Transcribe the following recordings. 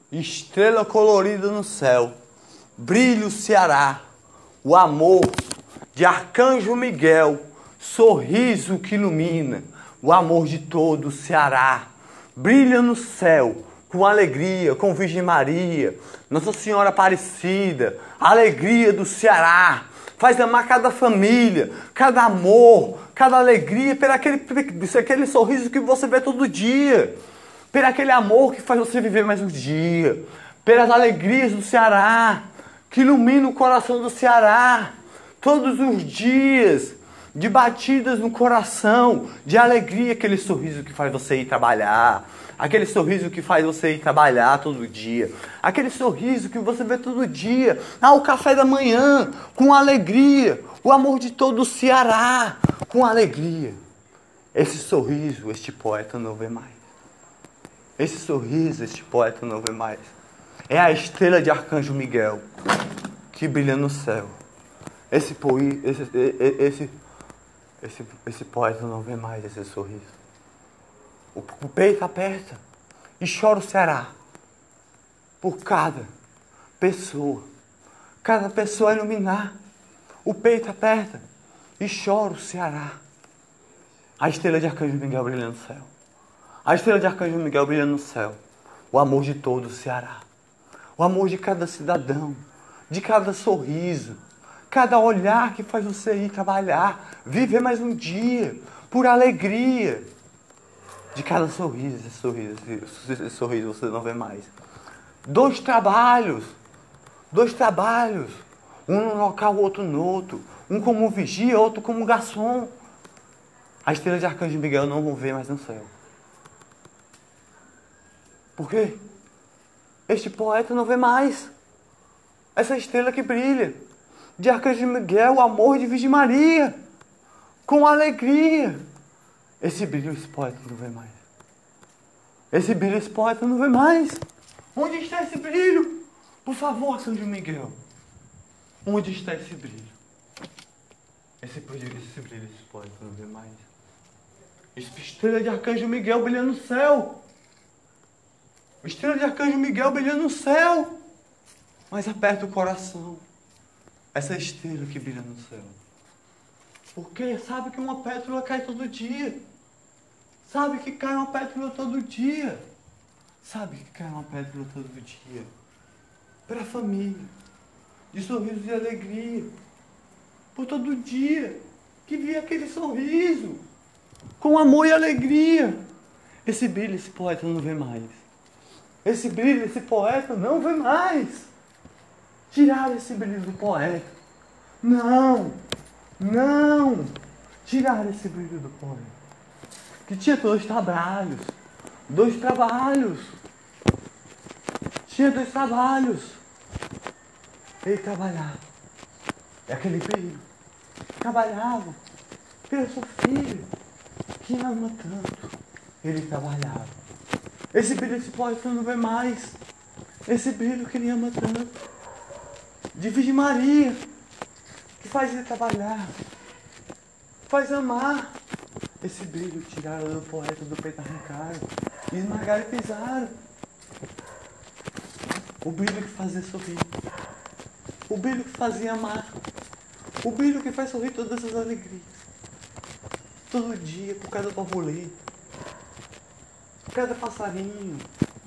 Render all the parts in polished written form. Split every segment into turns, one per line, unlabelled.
estrela colorida no céu, brilha o Ceará, o amor de Arcanjo Miguel, sorriso que ilumina, o amor de todo o Ceará, brilha no céu, com alegria, com Virgem Maria, Nossa Senhora Aparecida, alegria do Ceará, faz amar cada família, cada amor, cada alegria, por aquele sorriso que você vê todo dia, por aquele amor que faz você viver mais um dia, pelas alegrias do Ceará, que ilumina o coração do Ceará, todos os dias, de batidas no coração, de alegria, aquele sorriso que faz você ir trabalhar, aquele sorriso que faz você ir trabalhar todo dia, aquele sorriso que você vê todo dia, o café da manhã, com alegria, o amor de todo o Ceará, com alegria. Esse sorriso, este poeta não vê mais. Esse sorriso, este poeta não vê mais. É a estrela de Arcanjo Miguel que brilha no céu. Esse poeta não vê mais esse sorriso. O peito aperta e chora o Ceará por cada pessoa a iluminar. O peito aperta e chora o Ceará. A estrela de Arcanjo Miguel brilha no céu. A estrela de Arcanjo Miguel brilha no céu. O amor de todo o Ceará. O amor de cada cidadão, de cada sorriso, cada olhar que faz você ir trabalhar, viver mais um dia, por alegria. De cada sorriso, esse sorriso você não vê mais. Dois trabalhos, um no local, o outro no outro, um como vigia, outro como garçom. A estrela de Arcanjo Miguel não vão ver mais no céu. Por quê? Este poeta não vê mais essa estrela que brilha, de Arcanjo Miguel, o amor de Virgem Maria, com alegria. Esse brilho, esse poeta não vê mais. Esse brilho, esse poeta não vê mais. Onde está esse brilho? Por favor, Arcanjo Miguel. Onde está esse brilho? Esse brilho, esse poeta não vê mais. Essa estrela de Arcanjo Miguel brilhando no céu. Estrela de Arcanjo Miguel brilhando no céu. Mas aperta o coração. Essa estrela que brilha no céu. Porque sabe que uma pétala cai todo dia. Sabe que cai uma pétala todo dia. Sabe que cai uma pétala todo dia. Para a família. De sorriso e alegria. Por todo dia. Que via aquele sorriso. Com amor e alegria. Esse brilho, esse poeta não vê mais. Esse brilho, esse poeta não vê mais. Tirar esse brilho do poeta. Não. Tirar esse brilho do poeta. Que tinha dois trabalhos. Tinha dois trabalhos. Ele trabalhava. É aquele brilho. Trabalhava. Pelo seu filho. Que ama tanto. Ele trabalhava. Esse brilho, esse poeta não vê mais. Esse brilho que ele ama tanto. De Virgem Maria. Que faz ele trabalhar. Faz amar. Esse brilho tiraram do poeta, do peito arrancaram. Esmagaram e pisaram. O brilho que fazia sorrir. O brilho que fazia amar. O brilho que faz sorrir todas as alegrias. Todo dia, por cada borboleta. Cada passarinho.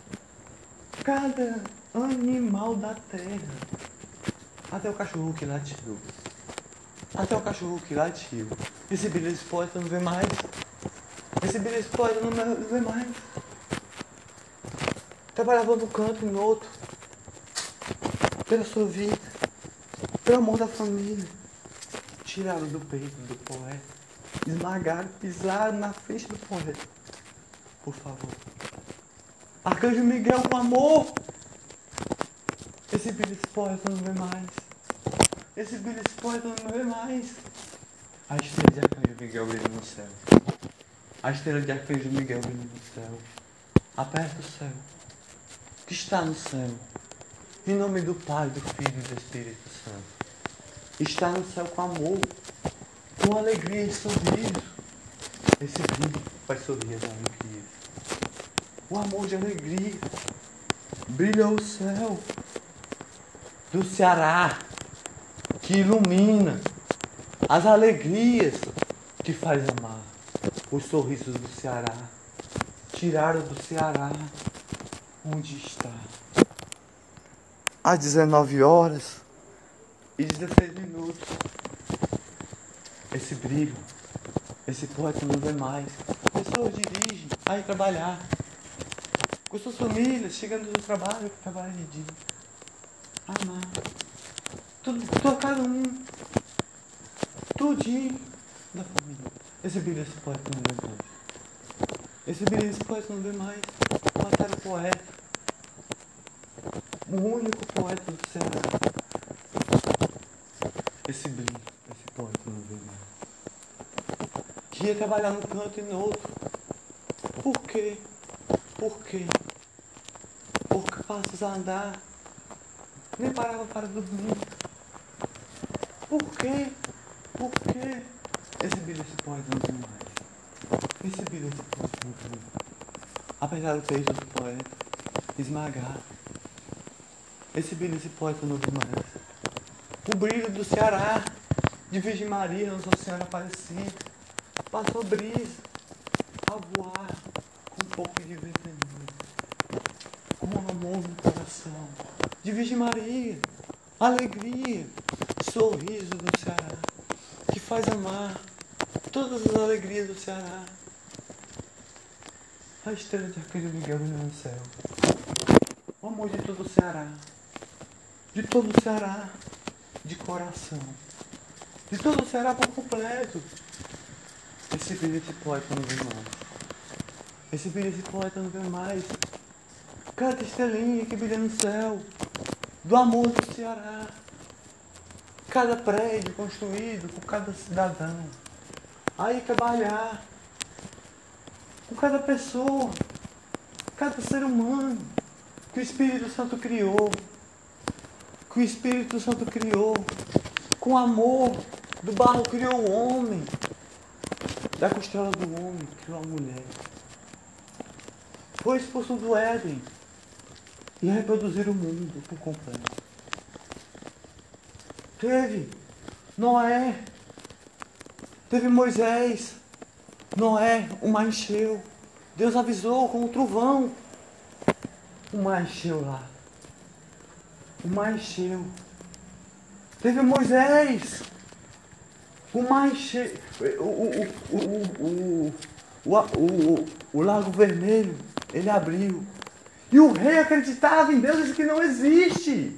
Cada animal da terra. Até o cachorro que latiu. Esse brilho, esse poeta não vê mais. Esse brilho, esse poeta não vê mais. Trabalhava no canto, no outro. Pela sua vida. Pelo amor da família. Tiraram do peito do poeta. Esmagaram, pisaram na frente do poeta. Por favor. Arcanjo Miguel com amor. Esse brilho, esse poeta não vê mais. Esse brilho, esse poeta não vê mais. A estrela de Arcanjo Miguel brilha no céu. A estrela de Arcanjo Miguel brilha no céu. Aperta o céu. Que está no céu. Em nome do Pai, do Filho e do Espírito Santo. Está no céu com amor. Com alegria e sorriso. Esse brilho faz sorrir as alegrias. O amor de alegria. brilha o céu do Ceará, que ilumina as alegrias que faz amar. Os sorrisos do Ceará tiraram do Ceará onde está. Às 19h16. Esse brilho, esse poeta não vê mais. Pessoas dirigem a ir trabalhar, com suas famílias, chegando do trabalho, que trabalha de dia. Amar. Tudo cada um. Tudinho da família. Esse brilho, esse poeta não vê mais. Esse brilho, esse poeta não vê mais. Mataram o poeta. O único poeta do Ceará. Esse brilho, esse poeta não vê mais. Que ia trabalhar num canto e no outro. Por quê? Por quê? Porque passos a andar. Nem parava para dormir. Por quê? Por quê? Esse brilho, esse poeta não vê mais. Esse brilho, esse poeta não vê mais. Apesar do peso do poeta esmagar. Esse brilho, esse poeta não vê mais. O brilho do Ceará, de Virgem Maria, Nossa Senhora Aparecida, passou brisa a voar com um pouco de ventania, com amor no coração, de Virgem Maria, alegria, sorriso do Ceará, que faz amar todas as alegrias do Ceará. A estrela de Arcanjo Miguel no céu, o amor de todo o Ceará, de todo o Ceará, de coração, de todo o Ceará por completo. Esse brilho, esse poeta não vê mais. Esse brilho, esse poeta não vê mais. Cada estrelinha que brilha no céu, do amor do Ceará. Cada prédio construído por cada cidadão. Aí trabalhar com cada pessoa, cada ser humano que o Espírito Santo criou. Que o Espírito Santo criou. Com amor, do barro criou o homem. Da costela do homem criou a mulher. Foi expulso do Éden e reproduzir o mundo por completo. Teve Noé, teve Moisés, Noé, o mar encheu. Deus avisou com o trovão. O mar encheu lá. O mar encheu. Teve Moisés. O mar encheu. O Lago Vermelho, ele abriu. E o rei acreditava em Deus, disse que não existe.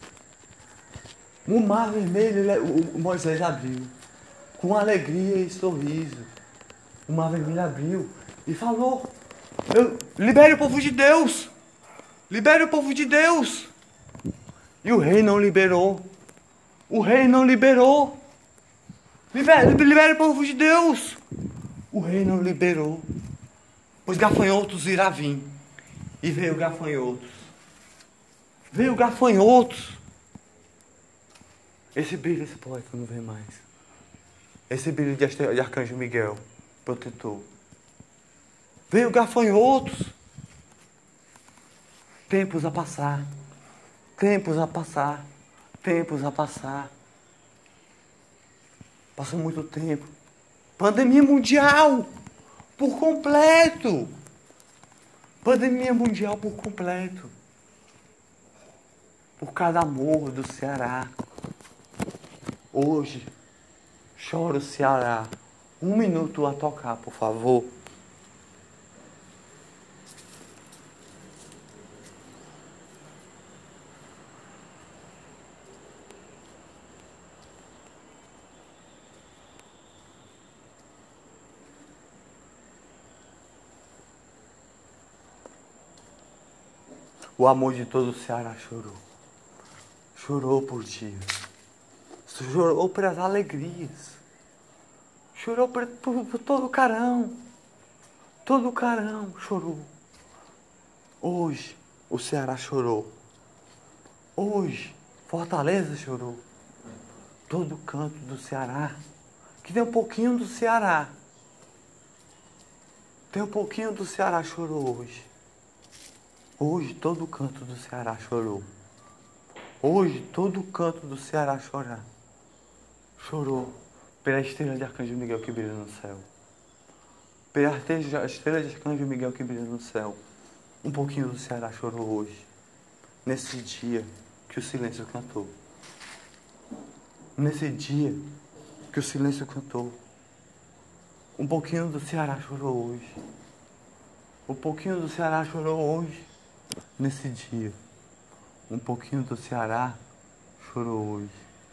O Mar Vermelho, o Moisés abriu. Com alegria e sorriso. O Mar Vermelho abriu e falou: libere o povo de Deus. Libere o povo de Deus. E o rei não liberou. O rei não liberou. Libere o povo de Deus. O rei não liberou. Os gafanhotos irá vir. E veio gafanhotos. Veio gafanhotos. Esse brilho, esse poeta não vem mais. Esse brilho de Arcanjo Miguel, protetor. Veio gafanhotos. Tempos a passar. Tempos a passar. Tempos a passar. Passou muito tempo. Pandemia mundial. Por completo. Pandemia mundial por completo. Por cada amor do Ceará. Hoje, chora o Ceará. 1 minuto a tocar, por favor. O amor de todo o Ceará chorou. Chorou por dias. Chorou pelas alegrias. Chorou por todo o carão. Todo o carão chorou. Hoje, o Ceará chorou. Hoje, Fortaleza chorou. Todo o canto do Ceará. Que tem um pouquinho do Ceará. Tem um pouquinho do Ceará chorou hoje. Hoje todo canto do Ceará chorou. Hoje todo canto do Ceará chorou pela estrela de Arcanjo Miguel que brilha no céu. Pela estrela de Arcanjo Miguel que brilha no céu. Um pouquinho do Ceará chorou hoje, nesse dia que o silêncio cantou. Nesse dia que o silêncio cantou. Um pouquinho do Ceará chorou hoje. Um pouquinho do Ceará chorou hoje, nesse dia. Um pouquinho do Ceará chorou hoje.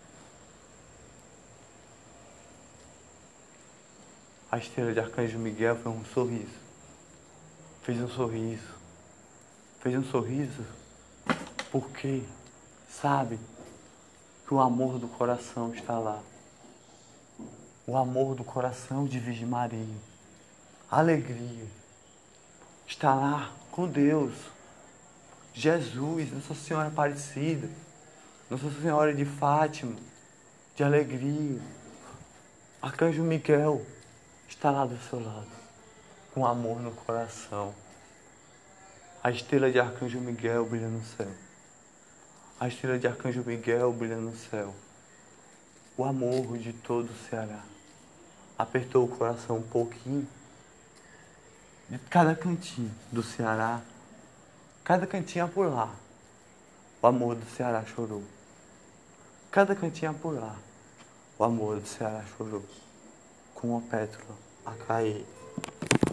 A estrela de Arcanjo Miguel foi um sorriso. Fez um sorriso. Fez um sorriso porque sabe que o amor do coração está lá. O amor do coração de Virgem Maria. A alegria está lá com Deus. Jesus, Nossa Senhora Aparecida, Nossa Senhora de Fátima, de alegria. Arcanjo Miguel está lá do seu lado, com amor no coração. A estrela de Arcanjo Miguel brilha no céu. A estrela de Arcanjo Miguel brilha no céu. O amor de todo o Ceará apertou o coração um pouquinho. De cada cantinho do Ceará, cada cantinho por lá, o amor do Ceará chorou. Cada cantinho por lá, o amor do Ceará chorou. Com uma pétala a cair.